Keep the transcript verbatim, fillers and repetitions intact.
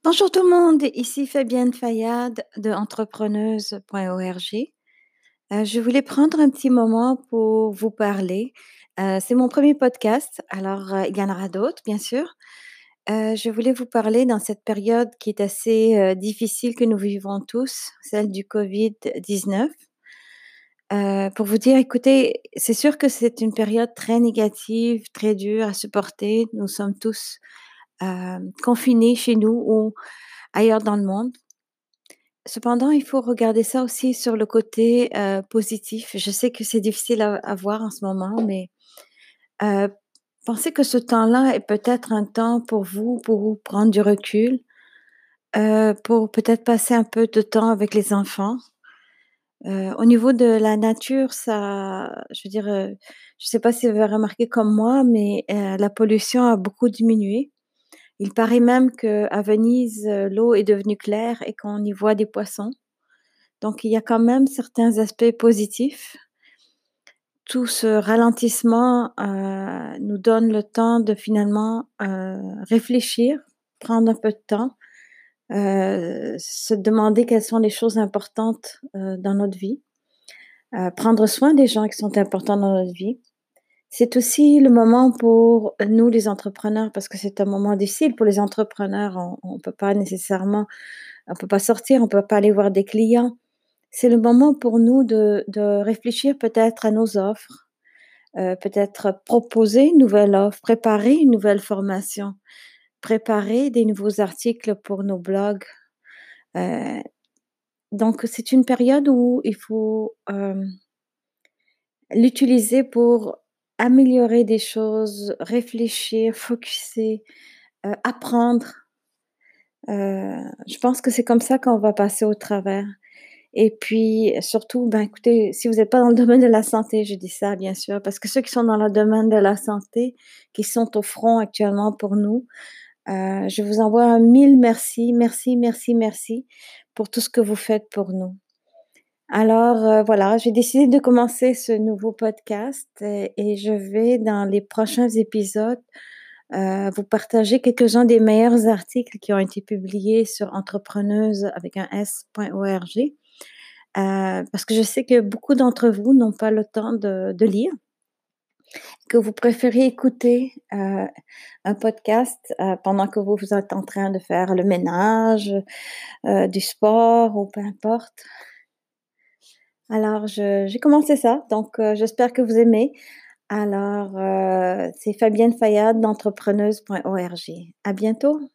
Bonjour tout le monde, ici Fabienne Fayad de entrepreneuse point org. Heu, je voulais prendre un petit moment pour vous parler. Heu, c'est mon premier podcast, alors, heu, il y en aura d'autres bien sûr. Heu, je voulais vous parler dans cette période qui est assez, heu, difficile que nous vivons tous, celle du covid dix-neuf. Heu, pour vous dire, écoutez, c'est sûr que c'est une période très négative, très dure à supporter. Nous sommes tous, hem, confinés chez nous ou ailleurs dans le monde. Cependant, il faut regarder ça aussi sur le côté, heu, positif. Je sais que c'est difficile à à voir en ce moment, mais, heu, pensez que ce temps-là est peut-être un temps pour vous, pour vous prendre du recul, heu, pour peut-être passer un peu de temps avec les enfants. Heu, au niveau de la nature, ça je veux dire, heu, je sais pas si vous avez remarqué comme moi, mais, heu, la pollution a beaucoup diminué. Il paraît même qu'à Venise, heu, l'eau est devenue claire et qu'on y voit des poissons. Donc il y a quand même certains aspects positifs. Tout ce ralentissement, heu, nous donne le temps de finalement, heu, réfléchir, prendre un peu de temps, heu, se demander quelles sont les choses importantes, heu, dans notre vie, heu, prendre soin des gens qui sont importants dans notre vie. C'est aussi le moment pour nous les entrepreneurs, parce que c'est un moment difficile pour les entrepreneurs. On ne peut pas nécessairement on peut pas sortir, on peut pas aller voir des clients. C'est le moment pour nous de de réfléchir peut-être à nos offres, heu, peut-être proposer une nouvelle offre, préparer une nouvelle formation, préparer des nouveaux articles pour nos blogs. Heu, donc c'est une période où il faut, hem, l'utiliser pour améliorer des choses, réfléchir, focuser, heu, apprendre. Heu, je pense que c'est comme ça qu'on va passer au travers. Et puis surtout, ben, écoutez, si vous êtes pas dans le domaine de la santé, je dis ça bien sûr, parce que ceux qui sont dans le domaine de la santé, qui sont au front actuellement pour nous, heu, je vous envoie un mille merci, merci, merci, merci pour tout ce que vous faites pour nous. Alors, heu, voilà, j'ai décidé de commencer ce nouveau podcast et et je vais dans les prochains épisodes, heu, vous partager quelques-uns des meilleurs articles qui ont été publiés sur entrepreneuse avec un S.org. Heu, parce que je sais que beaucoup d'entre vous n'ont pas le temps de de lire, que vous préférez écouter, heu, un podcast, heu, pendant que vous vous êtes en train de faire le ménage, heu, du sport ou peu importe. Alors je j'ai commencé ça, donc heu, j'espère que vous aimez. Alors, heu, c'est Fabienne Fayad d'entrepreneuse point org. À bientôt.